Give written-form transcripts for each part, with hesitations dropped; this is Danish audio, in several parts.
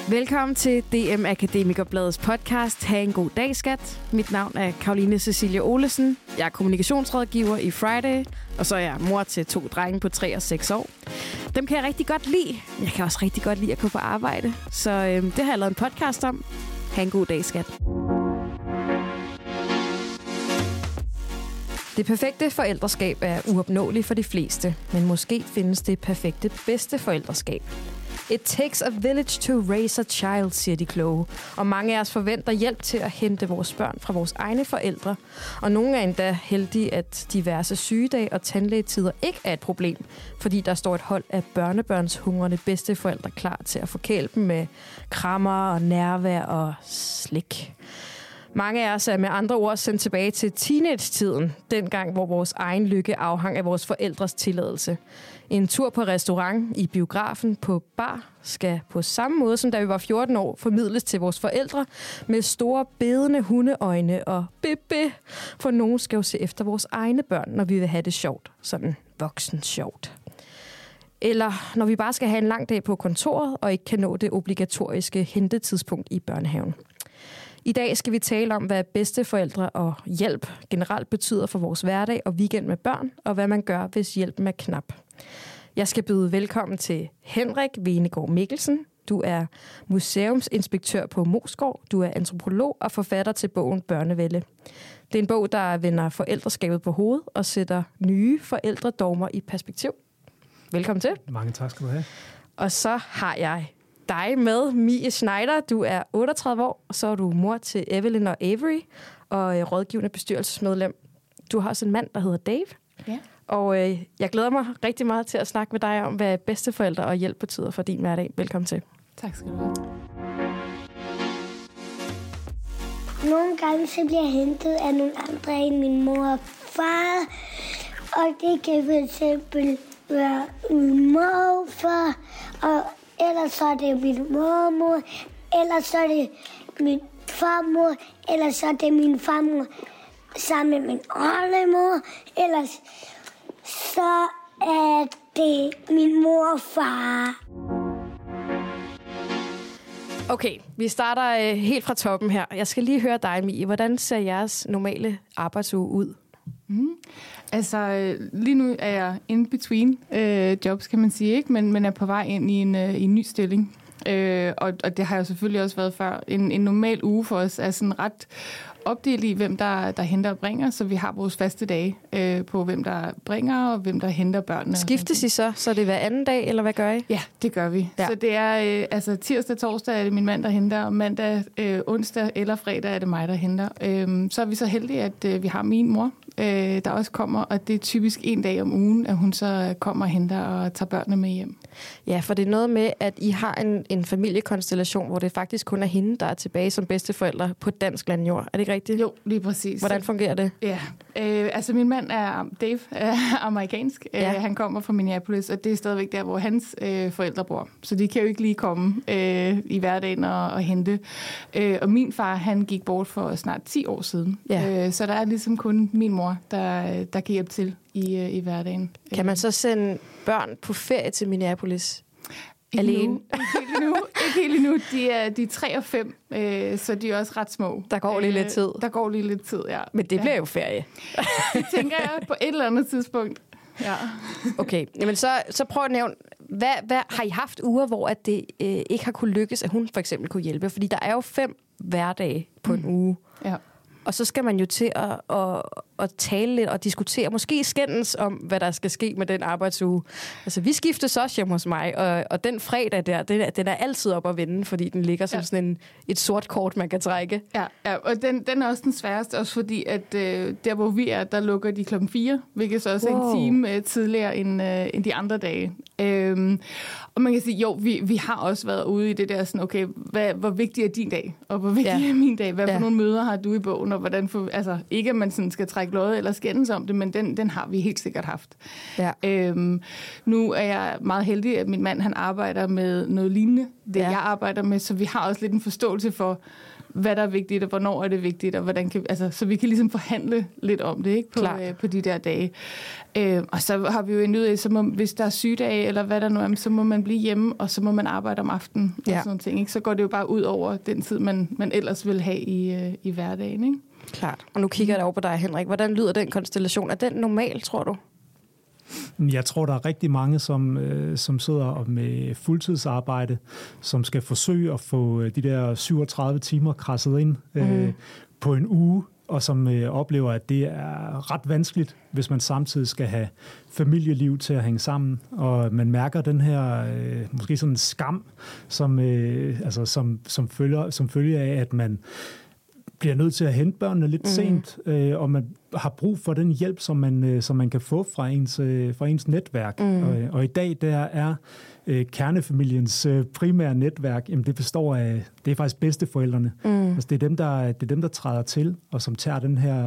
Velkommen til DM Akademikerbladets podcast. Ha' en god dag, skat. Mit navn er Caroline Cecilie Olesen. Jeg er kommunikationsrådgiver i Friday, og så er jeg mor til 2 drenge på 3 og 6 år. Dem kan jeg rigtig godt lide. Jeg kan også rigtig godt lide at gå på arbejde, så det har jeg lavet en podcast om. Ha' en god dag, skat. Det perfekte forældreskab er uopnåeligt for de fleste, men måske findes det perfekte bedste forældreskab. It takes a village to raise a child, siger de kloge. Og mange af os forventer hjælp til at hente vores børn fra vores egne forældre. Og nogle er endda heldige, at diverse sygedage og tandlægetider ikke er et problem, fordi der står et hold af børnebørnshungrende bedsteforældre klar til at forkæle dem med krammer og nærvær og slik. Mange af os er med andre ord sendt tilbage til teenage-tiden, dengang hvor vores egen lykke afhang af vores forældres tilladelse. En tur på restaurant, i biografen, på bar, skal på samme måde som da vi var 14 år formidles til vores forældre med store bedende hundeøjne og bebe. For nogen skal jo se efter vores egne børn, når vi vil have det sjovt. Sådan voksen sjovt. Eller når vi bare skal have en lang dag på kontoret og ikke kan nå det obligatoriske hentetidspunkt i børnehaven. I dag skal vi tale om, hvad bedsteforældre og hjælp generelt betyder for vores hverdag og weekend med børn, og hvad man gør, hvis hjælpen er knap. Jeg skal byde velkommen til Henrik Venegård Mikkelsen. Du er museumsinspektør på Moesgaard. Du er antropolog og forfatter til bogen Børnevælde. Det er en bog, der vender forældreskabet på hovedet og sætter nye forældredogmer i perspektiv. Velkommen til. Mange tak skal du have. Og så har jeg dig med, Mie Schneider. Du er 38 år, og så er du mor til Evelyn og Avery, og rådgivende bestyrelsesmedlem. Du har også en mand, der hedder Dave. Ja. Og jeg glæder mig rigtig meget til at snakke med dig om, hvad bedsteforældre og hjælp betyder for din hverdag. Velkommen til. Tak skal du have. Nogle gange så bliver jeg hentet af nogle andre end min mor og far. Og det kan for eksempel være min morfar, og ellers så er det min mormor, ellers så er det min farmor, ellers så er det min farmor sammen med min oldemor, ellers så er det min mor og far. Okay, vi starter helt fra toppen her. Jeg skal lige høre dig, Mie. Hvordan ser jeres normale arbejdsuge ud? Altså, lige nu er jeg in between jobs, kan man sige, ikke? Men er på vej ind i en ny stilling. Og det har jo selvfølgelig også været før. En normal uge for os er sådan ret opdelt i, hvem der henter og bringer, så vi har vores faste dage på, hvem der bringer og hvem der henter børnene. Skiftes I så det er hver anden dag, eller hvad gør I? Ja, det gør vi. Ja. Så det er altså tirsdag, torsdag er det min mand, der henter, og mandag, onsdag eller fredag er det mig, der henter. Så er vi så heldige, at vi har min mor, der også kommer, og det er typisk en dag om ugen, at hun så kommer og henter og tager børnene med hjem. Ja, for det er noget med, at I har en familiekonstellation, hvor det faktisk kun er hende, der er tilbage som bedsteforældre på dansk landjord. Er det ikke rigtigt? Jo, lige præcis. Hvordan fungerer det? Ja, altså min mand er Dave, amerikansk. Ja. Han kommer fra Minneapolis, og det er stadigvæk der, hvor hans forældre bor. Så de kan jo ikke lige komme i hverdagen og hente. Og min far, han gik bort for snart 10 år siden. Ja. Så der er ligesom kun min mor, der kan hjælpe til i hverdagen. Kan man så sende børn på ferie til Minneapolis? Alene? Ikke helt endnu. De er 3 og 5, så de er også ret små. Der går lige lidt tid. Der går lige lidt tid, ja. Men det bliver jo ferie. Det tænker jeg på et eller andet tidspunkt. Ja. Okay, jamen så prøv at nævne, hvad har I haft uger, hvor at det ikke har kunne lykkes, at hun for eksempel kunne hjælpe? Fordi der er jo 5 hverdage på en uge. Ja. Og så skal man jo til at tale lidt og diskutere, måske skændes om, hvad der skal ske med den arbejdsuge. Altså, vi skiftes også hjemme hos mig, og den fredag der, den er altid op at vende, fordi den ligger som sådan et sort kort, man kan trække. Ja, og den er også den sværeste, også fordi, at der hvor vi er, der lukker de 4:00, hvilket så også er en time tidligere end de andre dage. Og man kan sige, jo, vi har også været ude i det der sådan, okay, hvor vigtig er din dag, og hvor vigtig er min dag? Hvad for nogle møder har du i bogen, og hvordan altså ikke at man sådan skal trække lod eller skændes om det, men den har vi helt sikkert haft. Ja. Nu er jeg meget heldig, at min mand, han arbejder med noget lignende, det jeg arbejder med, så vi har også lidt en forståelse for, hvad der er vigtigt, og hvornår er det vigtigt, og hvordan kan, altså, så vi kan ligesom forhandle lidt om det, ikke, på de der dage. Og så har vi jo en ud af, så hvis der er sygedage, eller hvad der nu er, så må man blive hjemme, og så må man arbejde om aftenen, og sådan nogle ting, ikke? Så går det jo bare ud over den tid, man ellers vil have i hverdagen, ikke? Klart. Og nu kigger jeg over på dig, Henrik. Hvordan lyder den konstellation? Er den normal, tror du? Jeg tror, der er rigtig mange, som sidder med fuldtidsarbejde, som skal forsøge at få de der 37 timer krasset ind på en uge, og som oplever, at det er ret vanskeligt, hvis man samtidig skal have familieliv til at hænge sammen. Og man mærker den her måske sådan en skam, som følger af, at man bliver nødt til at hente børnene lidt sent, og man har brug for den hjælp, som man kan få fra ens netværk. Og i dag, der er kernefamiliens primære netværk, jamen det består af, det er faktisk bedsteforældrene. Altså det er dem, der træder til, og som tager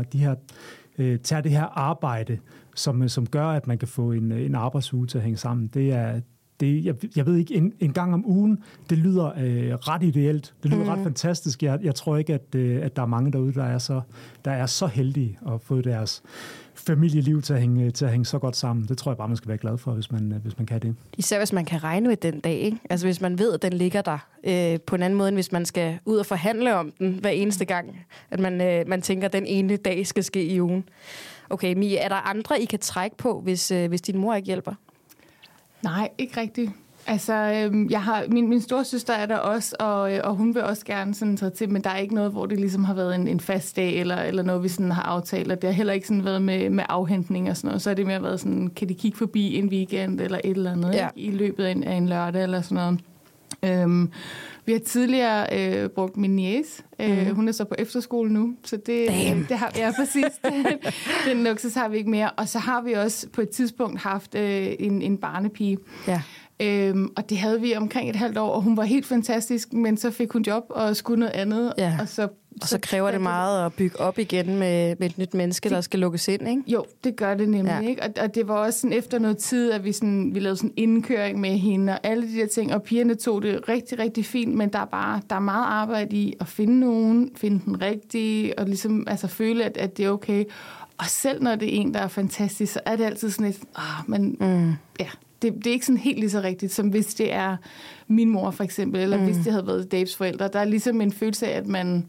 tager det her arbejde, som gør, at man kan få en arbejdsuge til at hænge sammen. Jeg ved ikke, en gang om ugen, det lyder ret ideelt. Det lyder ret fantastisk. Jeg tror ikke, at der er mange derude, der er så heldige at få deres familieliv til at hænge så godt sammen. Det tror jeg bare, man skal være glad for, hvis man kan det. Især hvis man kan regne med den dag, ikke? Altså hvis man ved, at den ligger der på en anden måde, end hvis man skal ud og forhandle om den hver eneste gang. At man tænker, at den ene dag skal ske i ugen. Okay, Mie, er der andre, I kan trække på, hvis din mor ikke hjælper? Nej, ikke rigtigt. Altså, jeg har min storesøster er der også, og hun vil også gerne sådan tage til, men der er ikke noget, hvor det ligesom har været en fast dag, eller noget, vi sådan har aftalt, og det har heller ikke sådan været med afhentning og sådan noget. Så har det mere været sådan, kan de kigge forbi en weekend, eller et eller andet, i løbet af en lørdag, eller sådan noget. Vi har tidligere brugt min niece. Hun er så på efterskole nu, så det har vi præcis. Den luksus har vi ikke mere. Og så har vi også på et tidspunkt haft en barnepige. Ja. Og det havde vi omkring et halvt år, og hun var helt fantastisk, men så fik hun job og skulle noget andet. Ja. Og så kræver det meget at bygge op igen med et nyt menneske, der skal lukkes ind, ikke? Jo, det gør det nemlig, ikke? Og det var også sådan, efter noget tid, at vi lavede sådan en indkøring med hende, og alle de der ting, og pigerne tog det rigtig, rigtig fint, men der er meget arbejde i at finde nogen, finde den rigtige, og ligesom føle, at det er okay. Og selv når det er en, der er fantastisk, så er det altid sådan et, Det er ikke sådan helt lige så rigtigt, som hvis det er min mor for eksempel, eller hvis det havde været Daves forældre. Der er ligesom en følelse af, at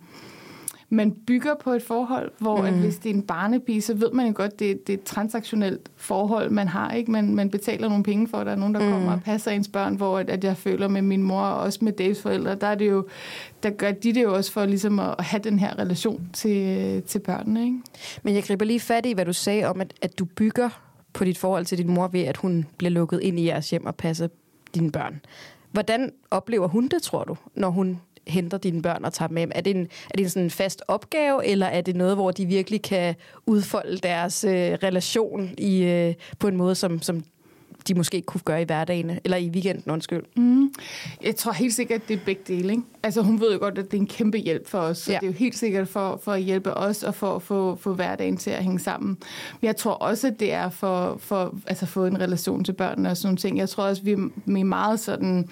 man bygger på et forhold, hvor at hvis det er en barnepige, så ved man jo godt, det er et transaktionelt forhold, man har, ikke? Man betaler nogle penge for, at der er nogen, der kommer og passer ens børn, hvor at jeg føler med min mor, og også med Daves forældre, der gør de det jo også for ligesom at have den her relation til børnene, ikke? Men jeg griber lige fat i, hvad du sagde om, at du bygger på dit forhold til din mor ved, at hun bliver lukket ind i jeres hjem og passer dine børn. Hvordan oplever hun det, tror du, når hun henter dine børn og tager dem med? Er det en sådan fast opgave, eller er det noget, hvor de virkelig kan udfolde deres relation på en måde, som de måske ikke kunne gøre i hverdagen, eller i weekenden, undskyld? Jeg tror helt sikkert, at det er begge dele, ikke? Altså hun ved jo godt, at det er en kæmpe hjælp for os, så det er jo helt sikkert for at hjælpe os, og for at få hverdagen til at hænge sammen. Men jeg tror også, at det er for at få en relation til børnene og sådan nogle ting. Jeg tror også, vi er meget sådan...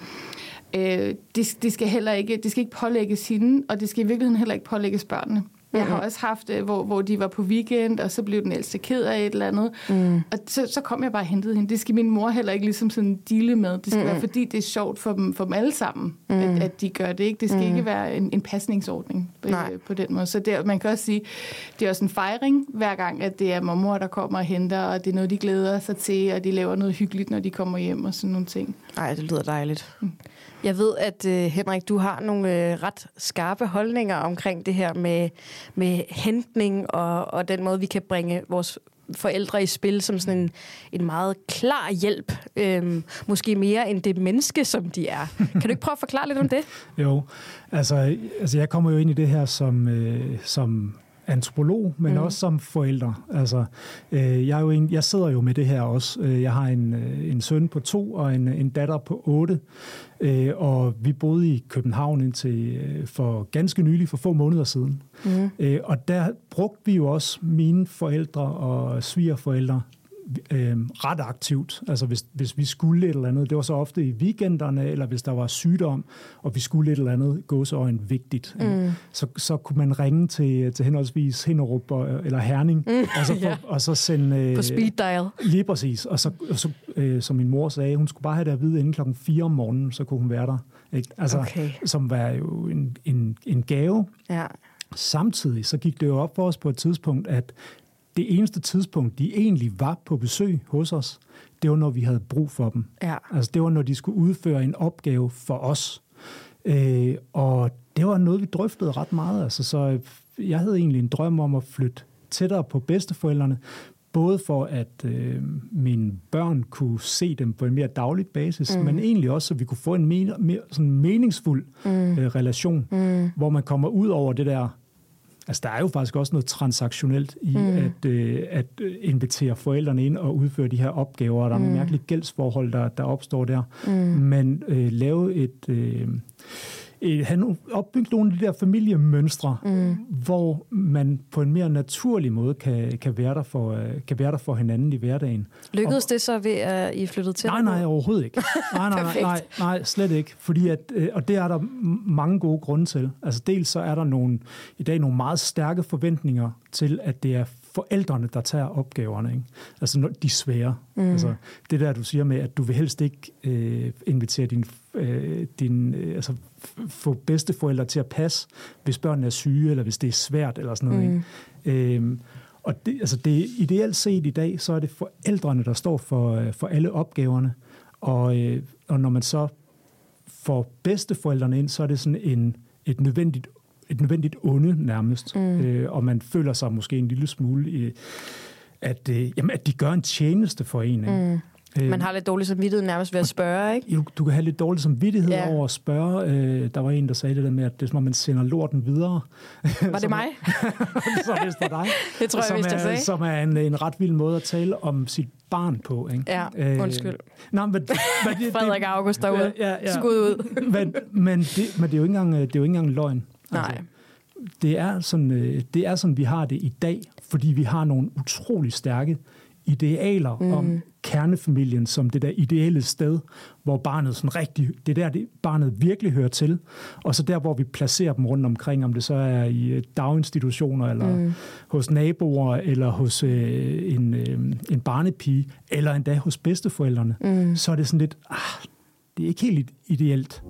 Det skal ikke pålægges hende, og det skal i virkeligheden heller ikke pålægges børnene. Jeg har også haft, hvor de var på weekend, og så blev den ældste ked af et eller andet. Og så kom jeg bare og hentede hende. Det skal min mor heller ikke ligesom sådan deale med. Det skal være, fordi det er sjovt for dem alle sammen, at de gør det. Ikke? Det skal ikke være en pasningsordning på den måde. Så man kan også sige, det er også en fejring hver gang, at det er mormor, der kommer og henter, og det er noget, de glæder sig til, og de laver noget hyggeligt, når de kommer hjem og sådan nogle ting. Ej, det lyder dejligt. Jeg ved, at Henrik, du har nogle ret skarpe holdninger omkring det her med hentning og den måde, vi kan bringe vores forældre i spil som sådan en meget klar hjælp. Måske mere end det menneske, som de er. Kan du ikke prøve at forklare lidt om det? Jo, altså jeg kommer jo ind i det her som antropolog, men også som forældre. Altså, jeg sidder jo med det her også. Jeg har en søn på 2 og en datter på 8, og vi boede i København indtil for ganske nylig, for få måneder siden. Og der brugte vi jo også mine forældre og svigerforældre ret aktivt. Altså hvis vi skulle et eller andet, det var så ofte i weekenderne, eller hvis der var sygdom, og vi skulle et eller andet gåseøjne vigtigt, så kunne man ringe til henholdsvis Hinderup eller Herning, og så sende... på speed dial. Lige præcis. Og så som min mor sagde, hun skulle bare have det at vide inden 4:00 om morgenen, så kunne hun være der. Ikke? Altså, som var jo en gave. Ja. Samtidig så gik det jo op for os på et tidspunkt, at det eneste tidspunkt, de egentlig var på besøg hos os, det var, når vi havde brug for dem. Ja. Altså, det var, når de skulle udføre en opgave for os. Og det var noget, vi drøftede ret meget. Altså, så jeg havde egentlig en drøm om at flytte tættere på bedsteforældrene, både for, at mine børn kunne se dem på en mere daglig basis, men egentlig også, så vi kunne få en mere sådan meningsfuld relation, hvor man kommer ud over det der. Altså, der er jo faktisk også noget transaktionelt i at invitere forældrene ind og udføre de her opgaver, og der er nogle mærkelige gældsforhold, der opstår der. Men lave opbygge nogle af de der familiemønstre, hvor man på en mere naturlig måde kan være der for hinanden i hverdagen. Lykkedes det så ved, at I flyttede til? Nej, overhovedet ikke. Nej, slet ikke. Fordi og det er der mange gode grunde til. Altså dels så er der i dag nogle meget stærke forventninger til, at det er forældrene, der tager opgaverne. Ikke? Altså de svære. Altså, det der, du siger med, at du vil helst ikke invitere altså få bedsteforældre til at passe, hvis børnene er syge, eller hvis det er svært, eller sådan noget. Ikke? Og det ideelt set i dag, så er det forældrene, der står for alle opgaverne. Og når man så får bedsteforældrene ind, så er det sådan et nødvendigt onde nærmest. Og man føler sig måske en lille smule, at de gør en tjeneste for en. Ikke? Man har lidt dårlig samvittighed nærmest ved at spørge, ikke? Du kan have lidt dårlig samvittighed over at spørge. Der var en, der sagde det der med, at det er som om man sender lorten videre. Var det mig? Så er det dig. Det tror jeg, hvis jeg sagde. Som er en ret vild måde at tale om sit barn på. Ikke? Ja, undskyld. Frederik August derude. Ja. Skud ud. men det er jo ikke engang løgn. Nej. Altså, det er sådan, vi har det i dag, fordi vi har nogle utrolig stærke idealer om kernefamilien som det der ideelle sted, hvor barnet sådan rigtig, det er der, barnet virkelig hører til, og så der, hvor vi placerer dem rundt omkring, om det så er i daginstitutioner, eller hos naboer, eller hos en barnepige, eller endda hos bedsteforældrene, så er det sådan lidt, det er ikke helt ideelt.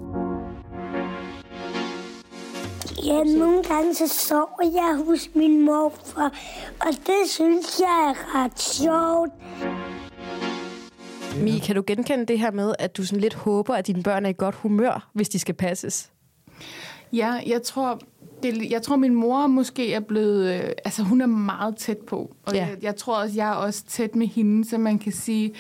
Ja, nogle gange så sover jeg hos min morfar, og det synes jeg er ret sjovt. Mie, kan du genkende det her med, at du sådan lidt håber, at dine børn er i godt humør, hvis de skal passes? Ja, jeg tror min mor måske er blevet... hun er meget tæt på, og jeg tror også, jeg er også tæt med hende, så man kan sige...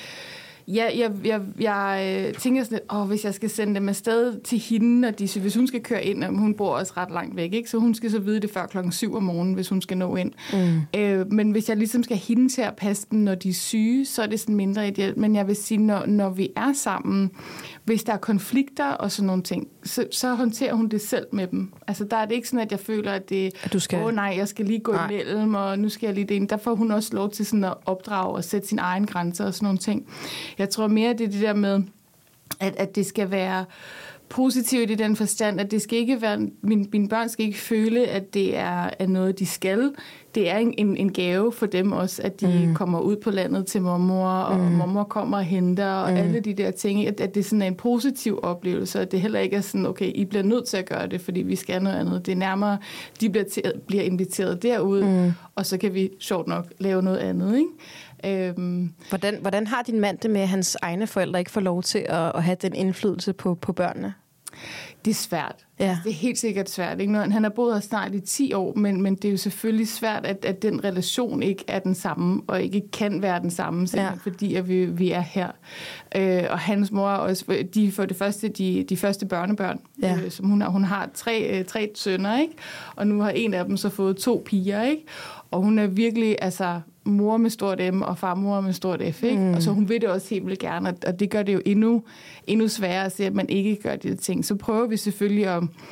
Jeg tænker sådan lidt, hvis jeg skal sende dem afsted til hende, og hvis hun skal køre ind, og hun bor også ret langt væk, ikke? Så hun skal så vide det før 7:00 om morgenen, hvis hun skal nå ind. Men hvis jeg ligesom skal hende til at passe dem, når de er syge, så er det sådan mindre ideelt. Men jeg vil sige, når vi er sammen, hvis der er konflikter og sådan nogle ting, så håndterer hun det selv med dem. Altså der er det ikke sådan, at jeg føler, at det jeg skal lige gå imellem, og nu skal jeg lige det ind. Der får hun også lov til sådan at opdrage og sætte sine egne grænser og sådan nogle ting. Jeg tror mere, det er det der med, at det skal være positivt i den forstand, at det skal ikke være, mine børn skal ikke føle, at det er noget, de skal. Det er en gave for dem også, at de kommer ud på landet til mormor, og mormor kommer og henter, og alle de der ting, at det sådan er en positiv oplevelse, og det heller ikke er sådan, okay, I bliver nødt til at gøre det, fordi vi skal noget andet. Det er nærmere, de bliver inviteret derud, og så kan vi sjovt nok lave noget andet, ikke? Hvordan har din mand det med, at hans egne forældre ikke får lov til at have den indflydelse på børnene? Det er svært. Ja. Altså, det er helt sikkert svært. Ikke? Han har boet her snart i 10 år, men det er jo selvfølgelig svært, at den relation ikke er den samme, og ikke kan være den samme, fordi at vi er her. Og hans mor også, de får det første, de første børnebørn, som hun har 3 sønner, ikke? Og nu har en af dem så fået 2 piger, ikke? Og hun er virkelig, mor med stort M og farmor med stort F, ikke? Og så hun vil det også helt vildt gerne, og det gør det jo endnu sværere at se, at man ikke gør de ting. Så prøver vi selvfølgelig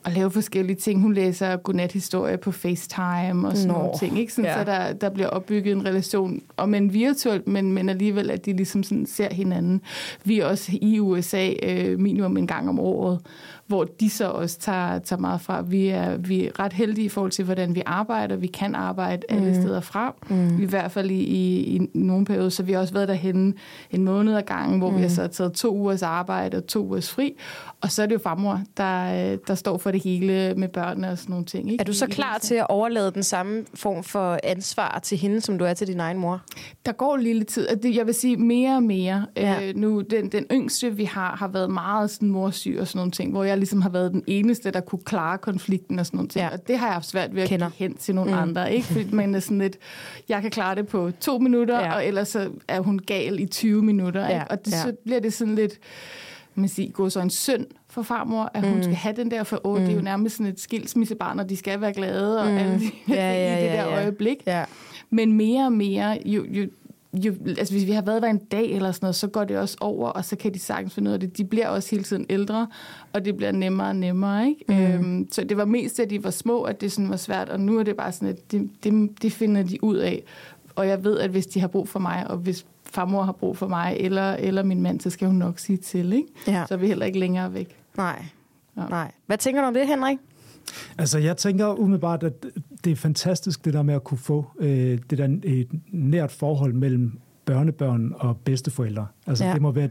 at lave forskellige ting. Hun læser godnathistorie på FaceTime og sådan nogle ting, ikke? Sådan, så der bliver opbygget en relation, om en virtuelt, men alligevel, at de ligesom sådan ser hinanden. Vi er også i USA minimum en gang om året, hvor de så også tager meget fra. Vi er ret heldige i forhold til, hvordan vi arbejder. Vi kan arbejde alle steder fra. I hvert fald i nogle perioder, så vi har også været derhenne en måned ad gangen, hvor vi har så taget 2 ugers arbejde og 2 ugers fri. Og så er det jo farmor, der står for det hele med børnene og sådan nogle ting. Ikke? Er du så klar til at overlade den samme form for ansvar til hende, som du er til din egen mor? Der går en lille tid. Jeg vil sige mere og mere. Ja. Nu, den yngste, vi har været meget sådan morsyg og sådan nogle ting, hvor jeg ligesom har været den eneste, der kunne klare konflikten og sådan nogle ting. Ja. Og det har jeg haft svært ved at give hen til nogle andre. Ikke? Fordi man er sådan lidt, jeg kan klare det på 2 minutter, og ellers så er hun gal i 20 minutter. Ikke? Og så bliver det sådan lidt, man siger, gå så en synd for farmor, at hun skal have den der, for det er jo nærmest sådan et skilsmissebarn, og de skal være glade, og alle de, i det der øjeblik. Ja. Men mere og mere, altså hvis vi har været der en dag eller sådan noget, så går det også over, og så kan de sagtens finde ud af det. De bliver også hele tiden ældre, og det bliver nemmere og nemmere, ikke? Så det var mest, at de var små, at det sådan var svært, og nu er det bare sådan, at det finder de ud af. Og jeg ved, at hvis de har brug for mig, og hvis farmor har brug for mig, eller min mand, så skal hun nok sige til, ikke? Ja. Så er vi heller ikke længere væk. Nej. Hvad tænker du om det, Henrik? Altså, jeg tænker umiddelbart, at det er fantastisk, det der med at kunne få det der et nært forhold mellem børnebørn og bedsteforældre. Altså, det må være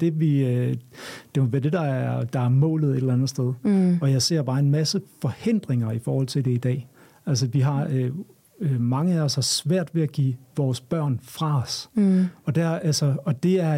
det, der er målet et eller andet sted. Og jeg ser bare en masse forhindringer i forhold til det i dag. Altså, vi har mange af os har svært ved at give vores børn fra os. Og det er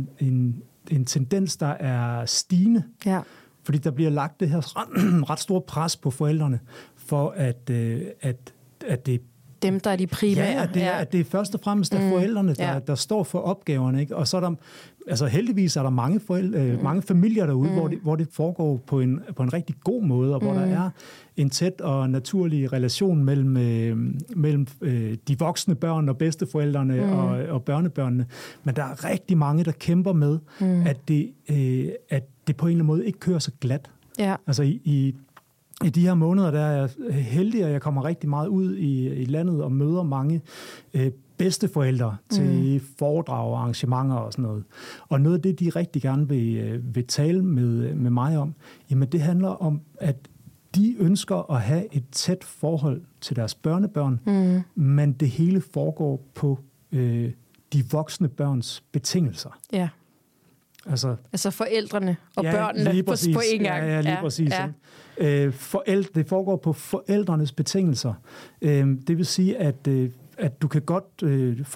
en tendens, der er stigende. Ja. Fordi der bliver lagt det her ret store pres på forældrene, for at det dem, der er de primære. At det er først og fremmest forældrene, der står for opgaverne. Ikke? Og så er der, altså heldigvis er der mange familier derude, hvor det foregår på en rigtig god måde, og hvor der er en tæt og naturlig relation mellem de voksne børn og bedsteforældrene og børnebørnene. Men der er rigtig mange, der kæmper med, at det på en eller anden måde ikke kører så glat. Ja. Altså i de her måneder, der er jeg heldig, at jeg kommer rigtig meget ud i landet og møder mange bedsteforældre til foredrag og arrangementer og sådan noget. Og noget af det, de rigtig gerne vil tale med mig om, jamen det handler om, at de ønsker at have et tæt forhold til deres børnebørn, men det hele foregår på de voksne børns betingelser. Ja. Altså forældrene og børnene på en gang. Ja, lige præcis. Ja. Det foregår på forældrenes betingelser. Det vil sige, at du kan godt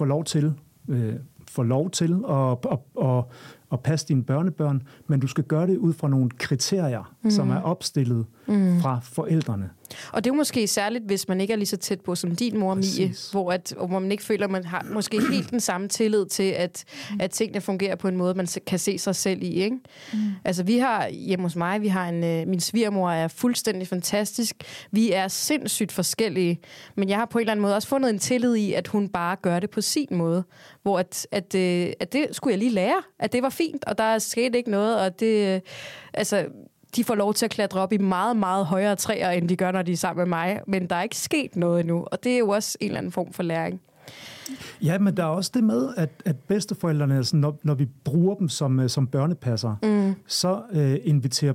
få lov til at passe dine børnebørn, men du skal gøre det ud fra nogle kriterier, som er opstillet fra forældrene. Og det er jo måske særligt, hvis man ikke er lige så tæt på som din mor, Mie, hvor man ikke føler, at man har måske helt den samme tillid til, at tingene fungerer på en måde, man kan se sig selv i. Ikke? Altså vi har hjemme hos mig, min svigermor er fuldstændig fantastisk. Vi er sindssygt forskellige, men jeg har på en eller anden måde også fundet en tillid i, at hun bare gør det på sin måde. Hvor at det skulle jeg lige lære, at det var fint, og der skete ikke noget, og det, de får lov til at klatre op i meget, meget højere træer, end de gør, når de er sammen med mig. Men der er ikke sket noget endnu, og det er jo også en eller anden form for læring. Ja, men der er også det med, at bedsteforældrene, altså, når vi bruger dem som børnepasser, så inviterer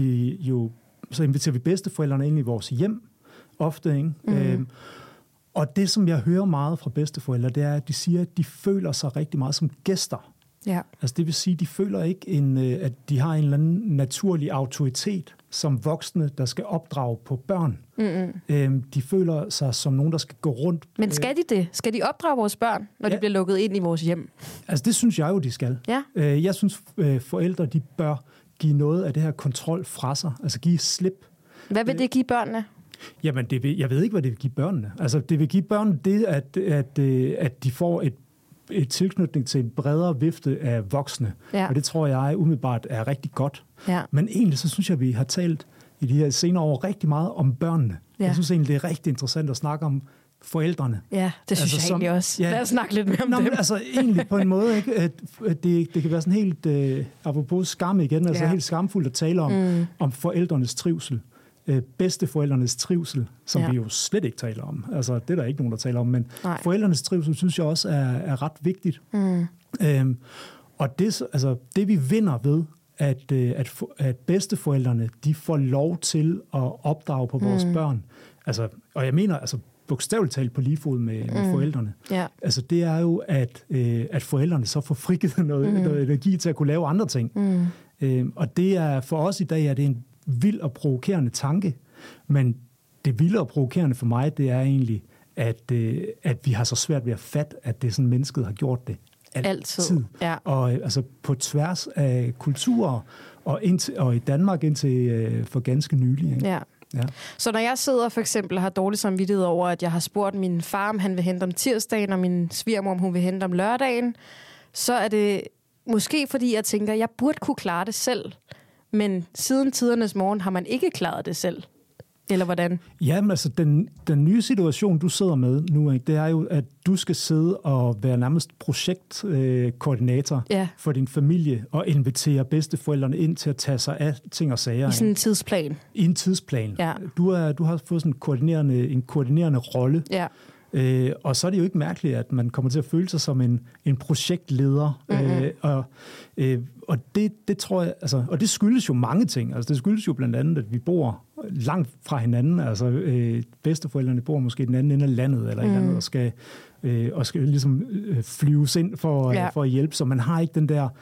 vi bedsteforældrene ind i vores hjem, ofte, ikke? Og det, som jeg hører meget fra bedsteforældre, det er, at de siger, at de føler sig rigtig meget som gæster. Ja. Altså det vil sige, at de føler ikke, at de har en eller anden naturlig autoritet som voksne, der skal opdrage på børn. De føler sig som nogen, der skal gå rundt. Men skal de det? Skal de opdrage vores børn, når de bliver lukket ind i vores hjem? Altså det synes jeg jo, de skal. Ja. Jeg synes, forældre de bør give noget af det her kontrol fra sig. Altså give slip. Hvad vil det give børnene? Jamen, jeg ved ikke, hvad det vil give børnene. Altså det vil give børnene det, at de får et tilknytning til en bredere vifte af voksne. Ja. Og det tror jeg umiddelbart er rigtig godt. Ja. Men egentlig så synes jeg, at vi har talt i de her senere år rigtig meget om børnene. Ja. Jeg synes egentlig, det er rigtig interessant at snakke om forældrene. Ja, det synes jeg egentlig også. Lad os snakke lidt mere om dem. Men, altså egentlig på en måde, ikke, at det kan være sådan helt, apropos skam igen, altså helt skamfuldt at tale om forældrenes trivsel. bedsteforældrenes trivsel, som vi jo slet ikke taler om. Altså, det er der ikke nogen, der taler om, men forældrenes trivsel, synes jeg også er ret vigtigt. Og det vi vinder ved, at bedsteforældrene, de får lov til at opdrage på vores børn. Altså, og jeg mener, altså bogstaveligt talt på lige fod med forældrene. Yeah. Altså, det er jo, at forældrene så får frigivet noget energi til at kunne lave andre ting. Og det er for os i dag, er det en vild og provokerende tanke, men det vilde og provokerende for mig, det er egentlig, at vi har så svært ved at fatte, at det er sådan, mennesket har gjort det. Altid. Ja. Og altså på tværs af kulturer, og i Danmark indtil for ganske nylig. Ikke? Ja. Ja. Så når jeg sidder for eksempel og har dårlig samvittighed over, at jeg har spurgt min far, om han vil hente om tirsdagen, og min svigermor, om hun vil hente om lørdagen, så er det måske fordi, jeg tænker, at jeg burde kunne klare det selv. Men siden tidernes morgen har man ikke klaret det selv. Eller hvordan? Jamen altså, den nye situation, du sidder med nu, det er jo, at du skal sidde og være nærmest projektkoordinator for din familie og invitere bedsteforældrene ind til at tage sig af ting og sager. I sådan en tidsplan. I en tidsplan. Ja. Du har fået sådan en koordinerende rolle. Ja. Og så er det jo ikke mærkeligt, at man kommer til at føle sig som en projektleder. Og det tror jeg, altså, og det skyldes jo mange ting. Altså, det skyldes jo blandt andet, at vi bor langt fra hinanden. Altså, bedsteforældrene bor måske i den anden ende af landet, eller et eller andet, og skal ligesom flyves ind for at hjælpe. Så man har ikke den der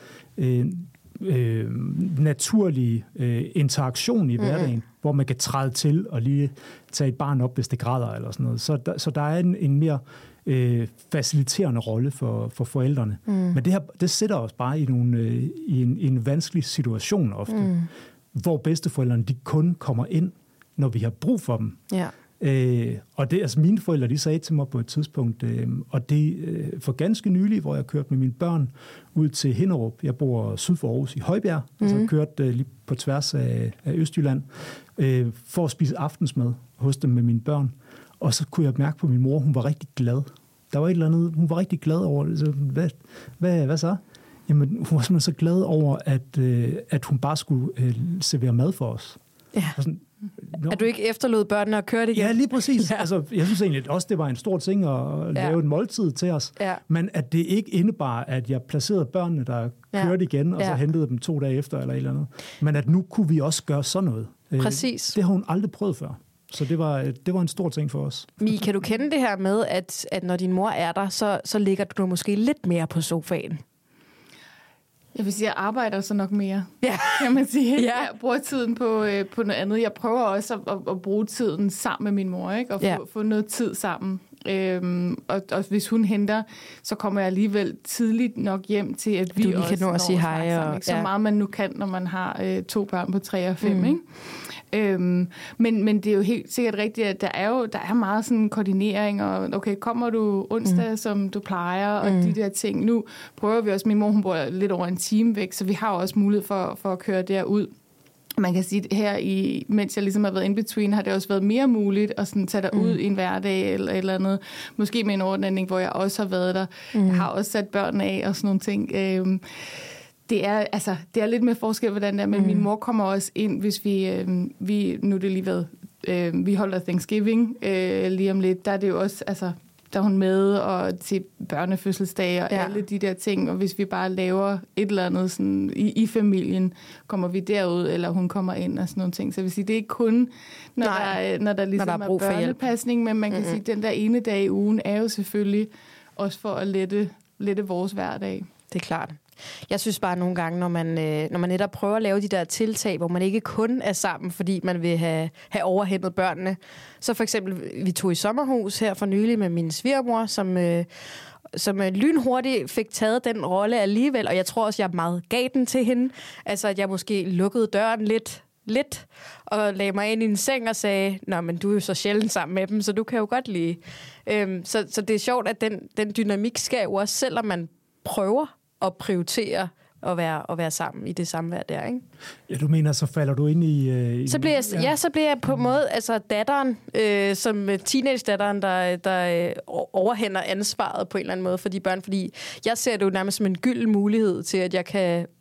naturlige interaktion i hverdagen, hvor man kan træde til og lige tage et barn op, hvis det græder eller sådan noget. Så der er en mere faciliterende rolle for forældrene. Men det sætter os bare i en vanskelig situation ofte, hvor bedsteforældrene de kun kommer ind, når vi har brug for dem. Ja. Og det, altså mine forældre, de sagde til mig på et tidspunkt, og det for ganske nylig, hvor jeg kørte med mine børn ud til Hinderup. Jeg bor syd for Aarhus i Højbjerg, og så kørte lige på tværs af Østjylland for at spise aftensmad hos dem med mine børn. Og så kunne jeg mærke på min mor, hun var rigtig glad. Der var et eller andet, hun var rigtig glad over det. Så, hvad så? Jamen, hun var simpelthen så glad over, at hun bare skulle servere mad for os. Ja. At du ikke efterlod børnene at køre det igen? Ja, lige præcis. Ja. Altså, jeg synes egentlig også, det var en stor ting at lave et måltid til os. Ja. Men at det ikke indebar, at jeg placerede børnene, der kørte igen, og så hentede dem 2 dage efter eller et eller andet. Men at nu kunne vi også gøre sådan noget. Præcis. Det har hun aldrig prøvet før. Så det var en stor ting for os. Mie, kan du kende det her med, at når din mor er der, så ligger du måske lidt mere på sofaen? Jeg vil sige, at jeg arbejder så nok mere, kan man sige. Ja. Jeg bruger tiden på noget andet. Jeg prøver også at bruge tiden sammen med min mor, ikke? Og få noget tid sammen. Og hvis hun henter, så kommer jeg alligevel tidligt nok hjem til, at vi også kan nå at sige hej. Sammen, så meget man nu kan, når man har 2 børn på 3 og 5, ikke? Men det er jo helt sikkert rigtigt, at der er meget sådan koordinering, og okay, kommer du onsdag, som du plejer, og de der ting. Nu prøver vi også, min mor, hun bor lidt over en time væk, så vi har også mulighed for at køre derud. Man kan sige, at her, mens jeg ligesom har været in between, har det også været mere muligt at sådan tage dig ud i en hverdag eller et eller andet. Måske med en ordning, hvor jeg også har været der. Jeg har også sat børn af og sådan nogle ting. Det er lidt med forskel, hvordan det er, men min mor kommer også ind, hvis vi nu er det lige været, vi holder Thanksgiving lige om lidt, der er det jo også, altså, der er hun med, og til børnefødselsdage og alle de der ting, og hvis vi bare laver et eller andet sådan, i familien, kommer vi derud, eller hun kommer ind og sådan nogle ting. Så jeg vil sige, det er ikke kun, når der ligesom er børnepasning, men man kan sige, at den der ene dag i ugen er jo selvfølgelig også for at lette vores hverdag. Det er klart. Jeg synes bare nogle gange, når man netop prøver at lave de der tiltag, hvor man ikke kun er sammen, fordi man vil have overhentet børnene. Så for eksempel, vi tog i sommerhus her for nylig med min svigermor, som lynhurtigt fik taget den rolle alligevel, og jeg tror også, jeg meget gav den til hende. Altså, at jeg måske lukkede døren lidt og lagde mig ind i en seng og sagde, nå, men du er jo så sjældent sammen med dem, så du kan jo godt lide. Så det er sjovt, at den dynamik skal jo også, selvom man prøver at prioritere at være sammen i det samvær der, ikke? Ja, du mener, så falder du ind i så bliver jeg på en måde, altså datteren, som teenage-datteren, der overhænder ansvaret på en eller anden måde for de børn, fordi jeg ser det jo nærmest som en gylden mulighed til, at jeg kan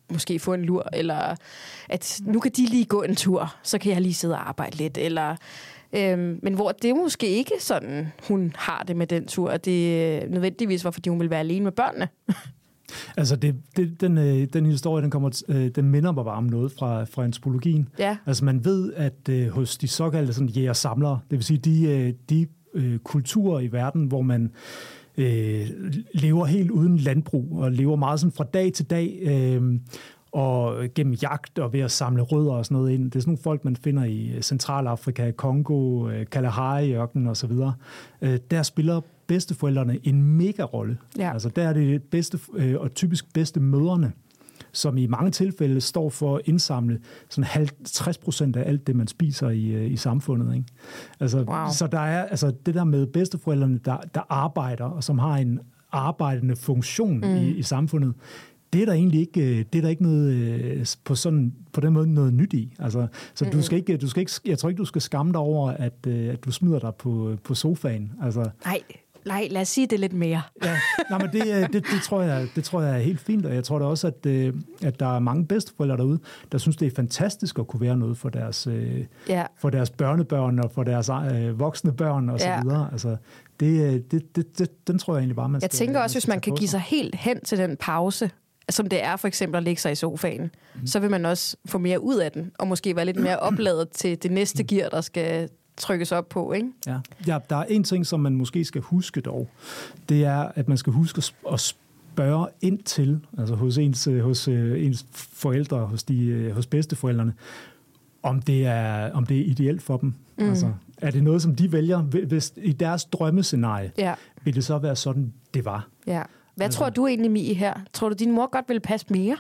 måske få en lur, eller at nu kan de lige gå en tur, så kan jeg lige sidde og arbejde lidt, eller... men hvor det måske ikke sådan, hun har det med den tur, at det nødvendigvis var, fordi hun vil være alene med børnene. Altså, den historie, den minder mig bare om noget fra antropologien. Ja. Altså, man ved, at hos de såkaldte sådan, jæger-samlere, det vil sige de kulturer i verden, hvor man lever helt uden landbrug, og lever meget sådan fra dag til dag, og gennem jagt og ved at samle rødder og sådan noget ind. Det er sådan nogle folk, man finder i Centralafrika, Kongo, Kalahari-ørkenen osv. Der spiller bedsteforældrene en mega rolle. Ja. Altså, der er det bedste og typisk bedste mødrene, som i mange tilfælde står for at indsamle sådan 50% af alt det, man spiser i samfundet. Ikke? Altså, wow. Så der er altså det der med bedsteforældrene, der arbejder, og som har en arbejdende funktion i samfundet. Det er der egentlig ikke noget på den måde noget nyt i. Altså, så du skal ikke, jeg tror ikke, du skal skamme dig over, at du smider dig på sofaen. Altså, Nej, lad os sige det lidt mere. Ja, nej, men det tror jeg er helt fint, og jeg tror da også, at der er mange bedsteforældre derude, der synes, det er fantastisk at kunne være noget for deres børnebørn og for deres voksne børn og så videre. Altså, den tror jeg egentlig bare, man skal... Jeg tænker også, hvis man kan give sig helt hen til den pause, som det er for eksempel at ligge sig i sofaen, så vil man også få mere ud af den, og måske være lidt mere opladet til det næste gear, der skal trykkes op på, ikke? Ja, der er en ting, som man måske skal huske dog. Det er, at man skal huske at spørge ind til, altså hos ens forældre, hos bedsteforældrene, om det er ideelt for dem. Altså, er det noget, som de vælger? Hvis i deres drømmescenarie, vil det så være sådan, det var? Ja. Hvad tror du egentlig, Mie, her? Tror du, din mor godt ville passe mere?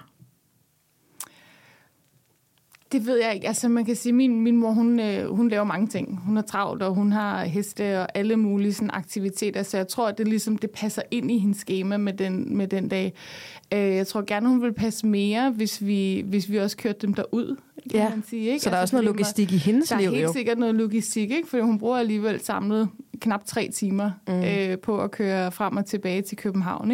Det ved jeg ikke. Altså man kan sige, min mor, hun laver mange ting. Hun er travlt, og hun har heste og alle mulige sådan, aktiviteter. Så jeg tror, at det passer ind i hendes schema med den dag. Jeg tror gerne, hun vil passe mere, hvis vi også kørte dem derud, kan man sige. Ikke? Så der er også noget logistik i hendes liv, jo? Der er helt sikkert noget logistik, ikke? For hun bruger alligevel samlet knap 3 timer på at køre frem og tilbage til København,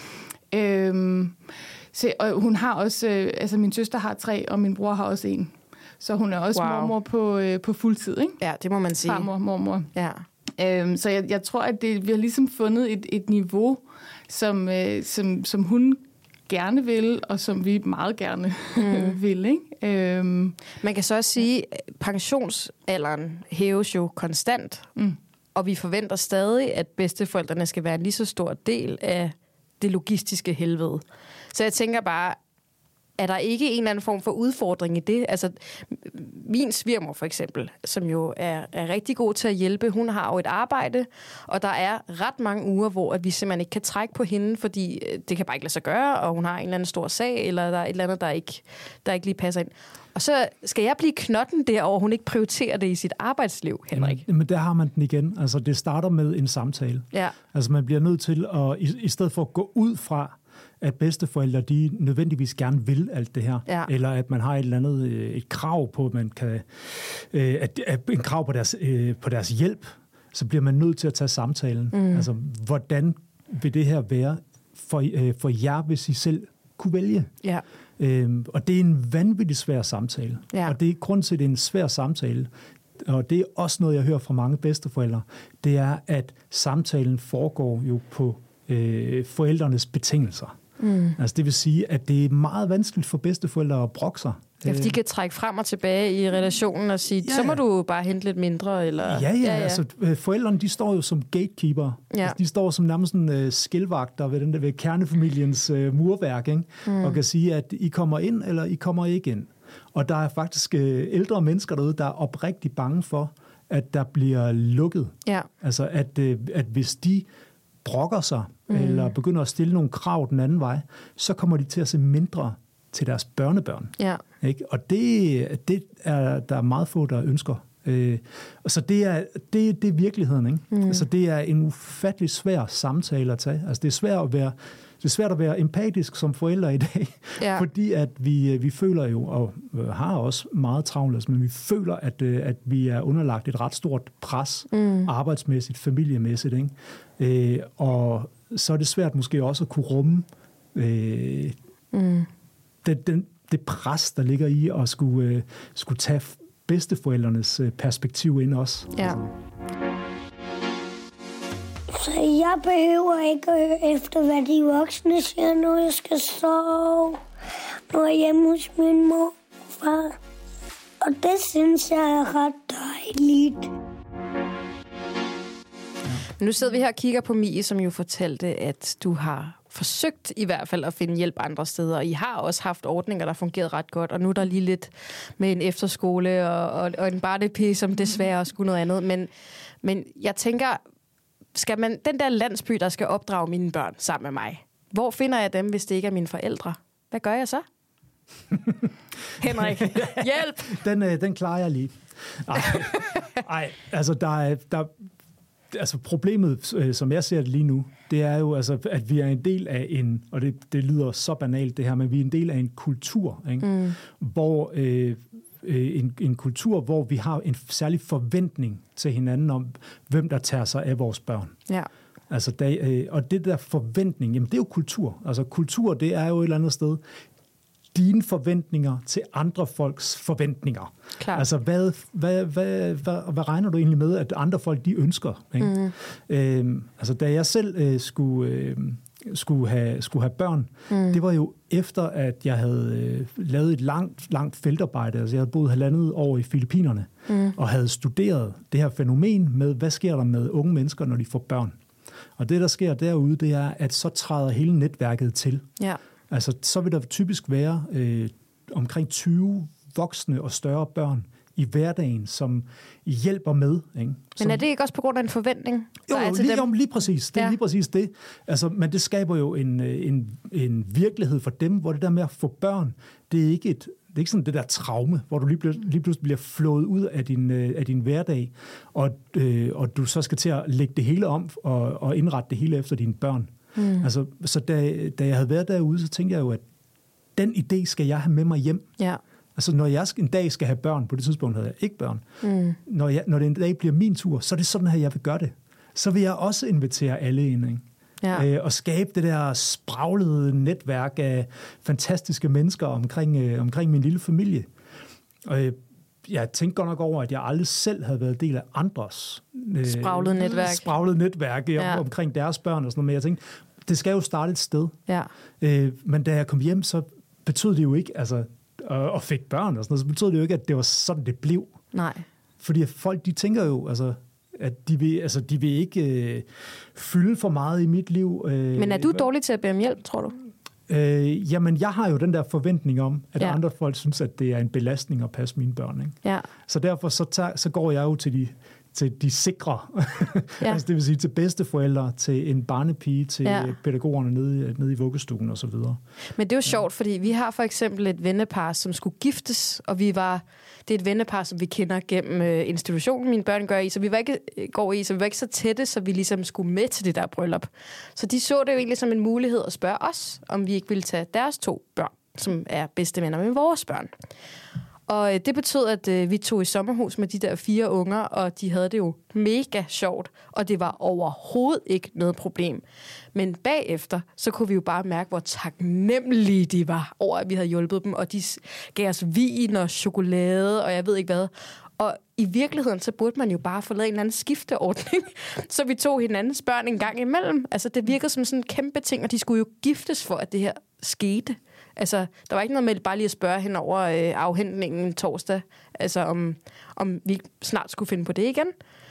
ikke? Og hun har også, altså min søster har 3, og min bror har også 1. Så hun er også mormor på fuldtid, ikke? Ja, det må man sige. Farmor, mormor. Ja. Så jeg tror, at vi har ligesom fundet et niveau, som hun gerne vil, og som vi meget gerne vil, ikke? Man kan så også sige, at pensionsalderen hæves jo konstant, og vi forventer stadig, at bedsteforældrene skal være en lige så stor del af det logistiske helvede. Så jeg tænker bare, er der ikke en eller anden form for udfordring i det? Altså, min svigermor for eksempel, som jo er rigtig god til at hjælpe, hun har jo et arbejde, og der er ret mange uger, hvor at vi simpelthen ikke kan trække på hende, fordi det kan bare ikke lade sig gøre, og hun har en eller anden stor sag, eller der er et eller andet, der ikke lige passer ind. Og så skal jeg blive knotten derover, hun ikke prioriterer det i sit arbejdsliv, Henrik. Men der har man den igen. Altså, det starter med en samtale. Ja. Altså, man bliver nødt til at, i stedet for at gå ud fra, at bedsteforældre, de nødvendigvis gerne vil alt det her, eller at man har et eller andet et krav på, at man kan en krav på deres hjælp, så bliver man nødt til at tage samtalen. Altså, hvordan vil det her være for jer, hvis I selv kunne vælge? Ja. Og det er en vanvittig svær samtale. Ja. Og det er grund til, at det er en svær samtale. Og det er også noget, jeg hører fra mange bedsteforældre. Det er, at samtalen foregår jo på forældrenes betingelser. Altså det vil sige, at det er meget vanskeligt for bedsteforældre at brokke sig. Ja, for de kan trække frem og tilbage i relationen og sige, så må du bare hente lidt mindre. Eller... Ja. Altså, forældrene, de står jo som gatekeeper. Ja. Altså, de står som nærmest sådan skilvagter ved kernefamiliens murværk, ikke? Og kan sige, at I kommer ind, eller I kommer ikke ind. Og der er faktisk ældre mennesker derude, der er oprigtig bange for, at der bliver lukket. Ja. Altså, at hvis de brokker sig, eller begynder at stille nogle krav den anden vej, så kommer de til at se mindre til deres børnebørn. Ja. Ikke? Og det er der er meget få, der ønsker. Så det er virkeligheden. Ikke? Altså, det er en ufattelig svær samtale at tage. Altså, det er svært at være empatisk som forældre i dag, fordi at vi føler jo, og har også meget travlt, men vi føler, at vi er underlagt et ret stort pres, arbejdsmæssigt, familiemæssigt. Ikke? Og så er det svært måske også at kunne rumme det pres, der ligger i at skulle tage bedsteforældrenes perspektiv ind også. Ja. Så jeg behøver ikke at høre efter, hvad de voksne siger, når jeg skal sove, når jeg er hjemme hos min mor og far. Og det synes jeg er ret dejligt. Nu sidder vi her og kigger på Mie, som jo fortalte, at du har forsøgt i hvert fald at finde hjælp andre steder. Og I har også haft ordninger, der fungerede ret godt. Og nu er der lige lidt med en efterskole og en barnepige, som desværre også skulle noget andet. Men jeg tænker, skal man den der landsby, der skal opdrage mine børn sammen med mig, hvor finder jeg dem, hvis det ikke er mine forældre? Hvad gør jeg så? Henrik, hjælp! Den klarer jeg lige. Ej, altså altså problemet, som jeg ser det lige nu, det er jo, altså, at vi er en del af og det lyder så banalt det her, men vi er en del af en kultur, ikke? Hvor en kultur, hvor vi har en særlig forventning til hinanden om, hvem der tager sig af vores børn. Ja. Altså, og det der forventning, jamen det er jo kultur. Altså kultur, det er jo et eller andet sted dine forventninger til andre folks forventninger. Klar. Altså, hvad regner du egentlig med, at andre folk, de ønsker? Ikke? Altså, da jeg selv skulle have børn, det var jo efter, at jeg havde lavet et langt feltarbejde. Altså, jeg havde boet 1,5 år i Filippinerne, og havde studeret det her fænomen med, hvad sker der med unge mennesker, når de får børn? Og det, der sker derude, det er, at så træder hele netværket til. Ja. Altså, så vil der typisk være omkring 20 voksne og større børn i hverdagen, som hjælper med. Ikke? Men er det ikke også på grund af en forventning? Lige præcis. Det er lige præcis det. Altså, men det skaber jo en virkelighed for dem, hvor det der med at få børn, det er ikke sådan det der traume, hvor du lige pludselig bliver flået ud af din hverdag, og du så skal til at lægge det hele om og indrette det hele efter dine børn. Altså, så da jeg havde været derude, så tænkte jeg jo, at den idé skal jeg have med mig hjem. Ja. Altså, når jeg en dag skal have børn, på det tidspunkt havde jeg ikke børn, når det en dag bliver min tur, så er det sådan her, jeg vil gøre det. Så vil jeg også invitere alle ind, ikke? Ja. Og skabe det der spraglede netværk af fantastiske mennesker omkring min lille familie. Og jeg tænkte godt nok over, at jeg aldrig selv havde været del af andres spraglede netværk omkring deres børn og sådan noget. Men jeg tænkte, det skal jo starte et sted. Ja. Men da jeg kom hjem, så betød det jo ikke, altså, og fik børn og sådan noget, så betød det jo ikke, at det var sådan, det blev. Nej. Fordi folk, de tænker jo, altså, at de vil ikke fylde for meget i mit liv. Men er du dårlig til at bede om hjælp, tror du? Jamen, jeg har jo den der forventning om, at andre folk synes, at det er en belastning at passe mine børn. Ikke? Ja. Så derfor så går jeg jo til de sikre, altså det vil sige til bedsteforældre, til en barnepige, til pædagogerne nede i vuggestuen og så videre. Men det er jo sjovt, fordi vi har for eksempel et vennepar, som skulle giftes, og det er et vennepar, som vi kender gennem institutionen, mine børn går i, så vi var ikke så tætte, så vi ligesom skulle med til det der bryllup. Så de så det jo egentlig som en mulighed at spørge os, om vi ikke ville tage deres 2 børn, som er bedste venner med vores børn. Og det betød, at vi tog i sommerhus med de der 4 unger, og de havde det jo mega sjovt, og det var overhovedet ikke noget problem. Men bagefter, så kunne vi jo bare mærke, hvor taknemmelige de var over, at vi havde hjulpet dem, og de gav os vin og chokolade, og jeg ved ikke hvad. Og i virkeligheden, så burde man jo bare få lavet en eller anden skifteordning, så vi tog hinandens børn en gang imellem. Altså, det virkede som sådan en kæmpe ting, og de skulle jo giftes for, at det her skete. Altså, der var ikke noget med bare lige at spørge hen over afhentningen torsdag, altså om vi snart skulle finde på det igen.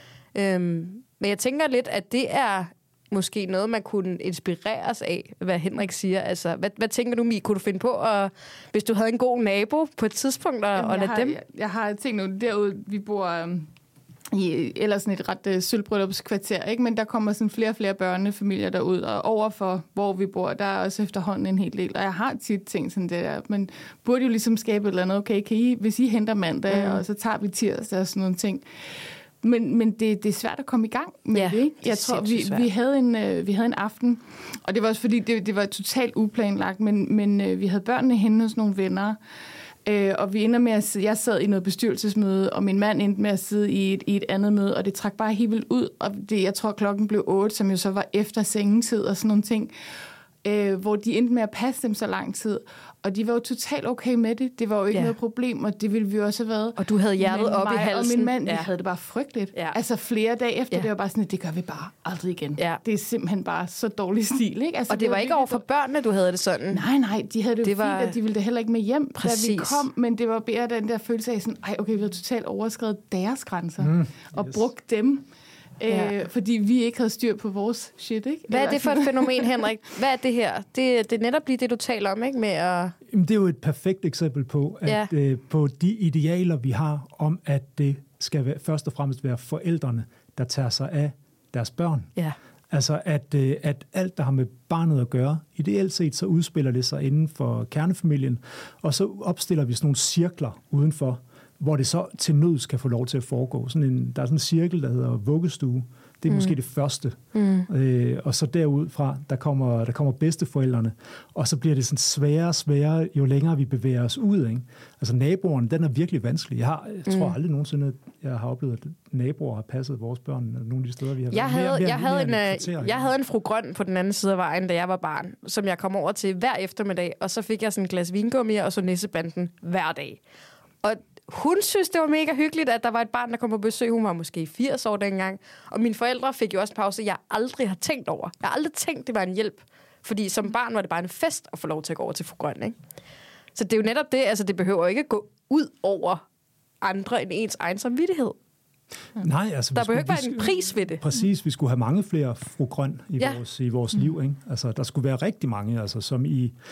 Men jeg tænker lidt, at det er måske noget, man kunne inspireres af, hvad Henrik siger. Altså, hvad tænker du, Mie? Kunne du finde på, hvis du havde en god nabo på et tidspunkt, og lade dem? Jeg har tænkt nu, derude, vi bor i ellers sådan et ret sølvbryllupskvarter, ikke? Men der kommer sådan flere og flere børnefamilier derud, og overfor, hvor vi bor, der er også efterhånden en hel del. Og jeg har tit tænkt sådan det der, men burde jo ligesom skabe et eller andet, okay, hvis I henter mandag, og så tager vi tirsdag og sådan nogle ting. Men det er svært at komme i gang med det, ikke? Jeg tror, vi havde en aften, og det var også fordi, det var totalt uplanlagt, men vi havde børnene henne hos nogle venner, og vi ender med at sidde, jeg sad i noget bestyrelsesmøde, og min mand endte med at sidde i et andet møde, og det trak bare helt vildt ud, og jeg tror klokken blev 8, som jo så var efter sengetid og sådan nogle ting. hvor de endte med at passe dem så lang tid. Og de var jo totalt okay med det. Det var jo ikke noget problem, og det ville vi også have været. Og du havde hjertet op i halsen. Og min mand, vi havde det bare frygteligt. Ja. Altså flere dage efter, det var bare sådan, at det gør vi bare aldrig igen. Ja. Det er simpelthen bare så dårlig stil, ikke? Altså, og det var ikke over for børnene, du havde det sådan? Nej, de havde det jo fint, at de ville det heller ikke med hjem, præcis. Da vi kom. Men det var bare den der følelse af sådan, vi har totalt overskredet deres grænser. Og brugt dem. Fordi vi ikke havde styr på vores shit, ikke? Hvad er det for et fænomen, Henrik? Hvad er det her? Det er netop lige det, du taler om, ikke? Med at... Det er jo et perfekt eksempel på, at på de idealer, vi har om, at det skal først og fremmest være forældrene, der tager sig af deres børn. Ja. Altså, at alt, der har med barnet at gøre, ideelt set, så udspiller det sig inden for kernefamilien, og så opstiller vi sådan nogle cirkler udenfor, hvor det så til nøds kan få lov til at foregå. Der er sådan en cirkel, der hedder vuggestue. Det er måske det første. Og så derudfra, der kommer bedsteforældrene. Og så bliver det sådan sværere og sværere, jo længere vi bevæger os ud. Ikke? Altså naboerne, den er virkelig vanskelig. Jeg tror aldrig nogensinde, jeg har oplevet, at naboer har passet vores børn nogle af de steder, vi har været. Jeg havde en fru Grøn på den anden side af vejen, da jeg var barn, som jeg kom over til hver eftermiddag, og så fik jeg sådan et glas vingummi og så nissebanden hver dag. Og hun synes, det var mega hyggeligt, at der var et barn, der kom på besøg. Hun var måske 80 år dengang. Og mine forældre fik jo også en pause, jeg aldrig har tænkt over. Jeg har aldrig tænkt, det var en hjælp. Fordi som barn var det bare en fest at få lov til at gå over til fru Grøn, ikke? Så det er jo netop det, altså det behøver ikke at gå ud over andre end ens egen samvittighed. Nej, altså, der behøver ikke være en pris ved det. Præcis, vi skulle have mange flere fru Grøn i vores liv. Ikke? Altså, der skulle være rigtig mange, altså, som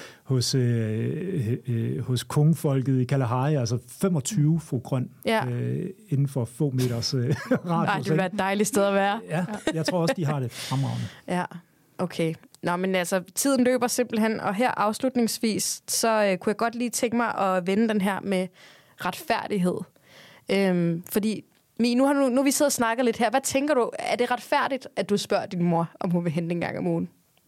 hos kongefolket i Kalahari, altså 25 fru Grøn inden for få meters radius. Nej, det vil være et dejligt sted at være. Ja, jeg tror også, de har det fremragende. Ja, okay. Nå, men altså, tiden løber simpelthen, og her afslutningsvis, så kunne jeg godt lige tænke mig at vende den her med retfærdighed. Fordi nu har vi siddet og snakket lidt her. Hvad tænker du? Er det retfærdigt, at du spørger din mor, om hun vil hente en gang om ugen?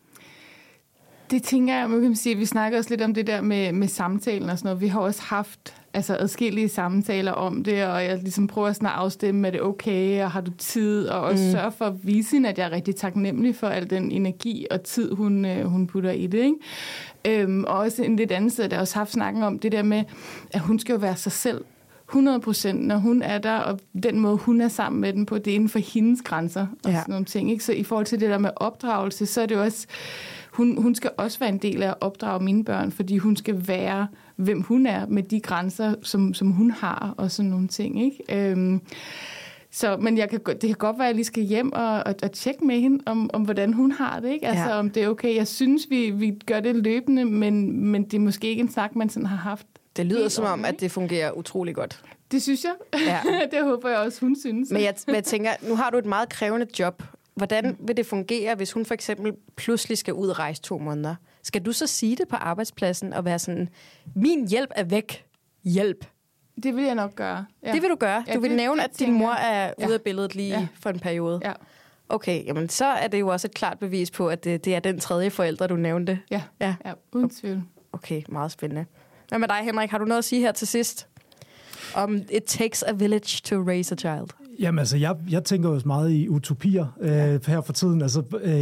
Det tænker jeg, man kan sige. Vi snakker også lidt om det der med samtalen og sådan noget. Vi har også haft adskillige samtaler om det, og jeg ligesom prøver sådan at afstemme, er det okay, og har du tid, og også sørge for at vise hende, at jeg er rigtig taknemmelig for al den energi og tid, hun putter i det, ikke? Og også en lidt andet sted, der også haft snakken om det der med, at hun skal jo være sig selv 100%, når hun er der, og den måde, hun er sammen med den på, det er inden for hendes grænser og sådan nogle ting, ikke? Så i forhold til det der med opdragelse, så er det jo også, hun skal også være en del af at opdrage mine børn, fordi hun skal være, hvem hun er, med de grænser, som hun har, og sådan nogle ting, ikke? Men det kan godt være, at jeg lige skal hjem og tjekke med hende, om hvordan hun har det, ikke? Altså, om det er okay. Jeg synes, vi gør det løbende, men det er måske ikke en snak, man sådan har haft. Det lyder som om, at det fungerer utrolig godt. Det synes jeg. Ja. Det håber jeg også, hun synes. Men jeg tænker, nu har du et meget krævende job. Hvordan vil det fungere, hvis hun for eksempel pludselig skal ud og rejse 2 måneder? Skal du så sige det på arbejdspladsen og være sådan, min hjælp er væk. Hjælp. Det vil jeg nok gøre. Ja. Det vil du gøre? Du vil nævne, at din mor er ude af billedet lige for en periode? Ja. Okay, jamen så er det jo også et klart bevis på, at det er den tredje forælder, du nævnte. Ja, uden tvivl. Okay, meget spændende. Hvad med dig, Henrik? Har du noget at sige her til sidst? Om it takes a village to raise a child. Jamen altså, jeg tænker jo meget i utopier her for tiden. Altså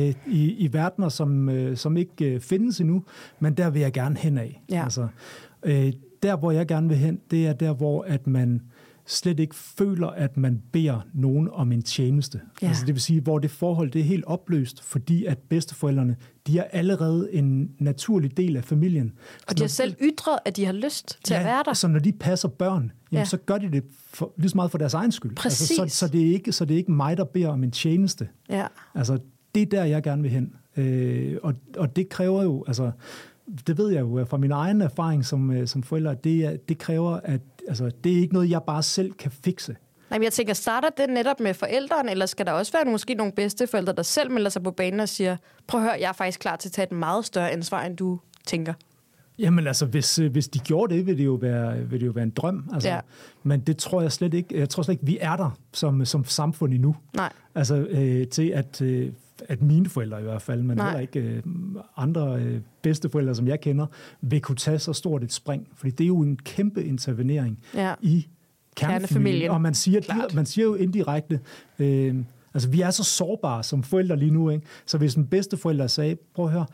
i verdener, som ikke findes endnu, men der vil jeg gerne hen af. Ja. Altså, der, hvor jeg gerne vil hen, det er der, hvor at man slet ikke føler, at man beder nogen om en tjeneste. Ja. Altså, det vil sige, hvor det forhold det er helt opløst, fordi at bedsteforældrene, de er allerede en naturlig del af familien. Og de har selv ytret, at de har lyst til at være der. Så når de passer børn, jamen, så gør de det lige så meget for deres egen skyld. Præcis. Altså, så det er ikke mig, der beder om en tjeneste. Ja. Altså, det er der, jeg gerne vil hen. Og det kræver jo, altså, det ved jeg jo fra min egen erfaring som forælder, det kræver, at altså, det er ikke noget, jeg bare selv kan fikse. Nej, men jeg tænker, starter det netop med forældrene, eller skal der også være måske nogle bedsteforældre, der selv melder sig på banen og siger, prøv at høre, jeg er faktisk klar til at tage et meget større ansvar, end du tænker? Jamen altså, hvis de gjorde det, vil det jo være en drøm. Altså, ja. Men det tror jeg slet ikke. Jeg tror slet ikke, vi er der som samfund endnu. Nej. Altså til at mine forældre i hvert fald, men heller ikke andre bedsteforældre, som jeg kender, vil kunne tage så stort et spring. Fordi det er jo en kæmpe intervenering i kernefamilien. Og man siger jo indirekte, altså vi er så sårbare som forældre lige nu, ikke? Så hvis en bedsteforælder sagde, prøv at høre,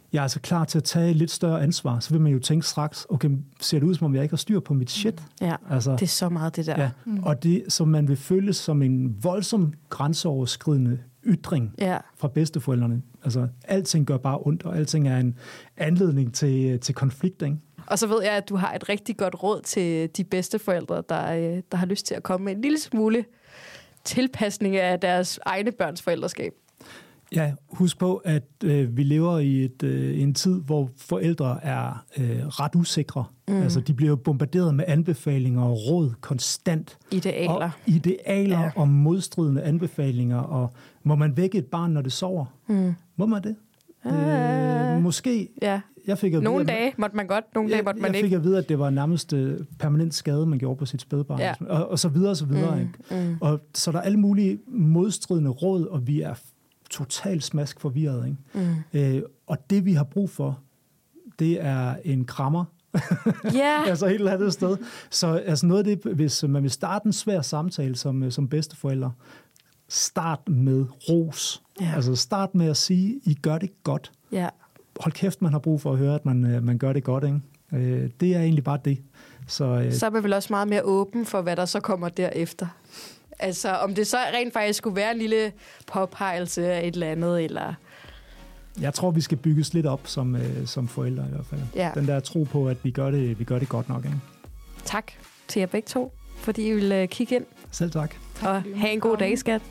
jeg er altså klar til at tage et lidt større ansvar, så vil man jo tænke straks, okay, ser det ud, som om jeg ikke har styr på mit shit? Ja, altså, det er så meget det der. Ja, og det, som man vil føle som en voldsom grænseoverskridende ytring fra bedsteforældrene. Altså, alting gør bare ondt, og alting er en anledning til konflikt, ikke? Og så ved jeg, at du har et rigtig godt råd til de bedsteforældre, der har lyst til at komme med en lille smule tilpasning af deres egne børns forældreskab. Ja, husk på, at vi lever i en tid, hvor forældre er ret usikre. Altså, de bliver bombarderet med anbefalinger og råd konstant. Idealer. Og modstridende anbefalinger. Og må man vække et barn, når det sover? Må man det? Måske. Ja. Jeg fik at nogle dage måtte man godt, nogle dage måtte man ikke. Jeg fik at vide, at det var nærmest permanent skade, man gjorde på sit spædbarn. Ja. Og så videre, og så videre. Ikke? Og så er der alle mulige modstridende råd, og vi er totalt smask forvirret. Ikke? Og det, vi har brug for, det er en krammer. Altså et eller andet sted. Så altså noget af det, hvis man vil starte en svær samtale som bedsteforældre, start med ros. Altså start med at sige, I gør det godt. Hold kæft, man har brug for at høre, at man gør det godt. Ikke? Det er egentlig bare det. Så er man vel også meget mere åben for, hvad der så kommer derefter. Altså, om det så rent faktisk skulle være en lille påpegelse af et eller andet, eller... Jeg tror, vi skal bygges lidt op som forældre i hvert fald. Ja. Den der tro på, at vi gør det godt nok. Ikke? Tak til jer begge to, fordi I vil kigge ind. Selv tak. Og have en god dag, skat.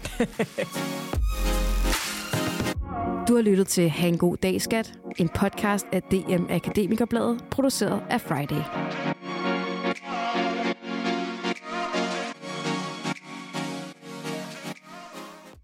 Du har lyttet til Ha' en god dag, skat. En podcast af DM Akademikerbladet, produceret af Friday.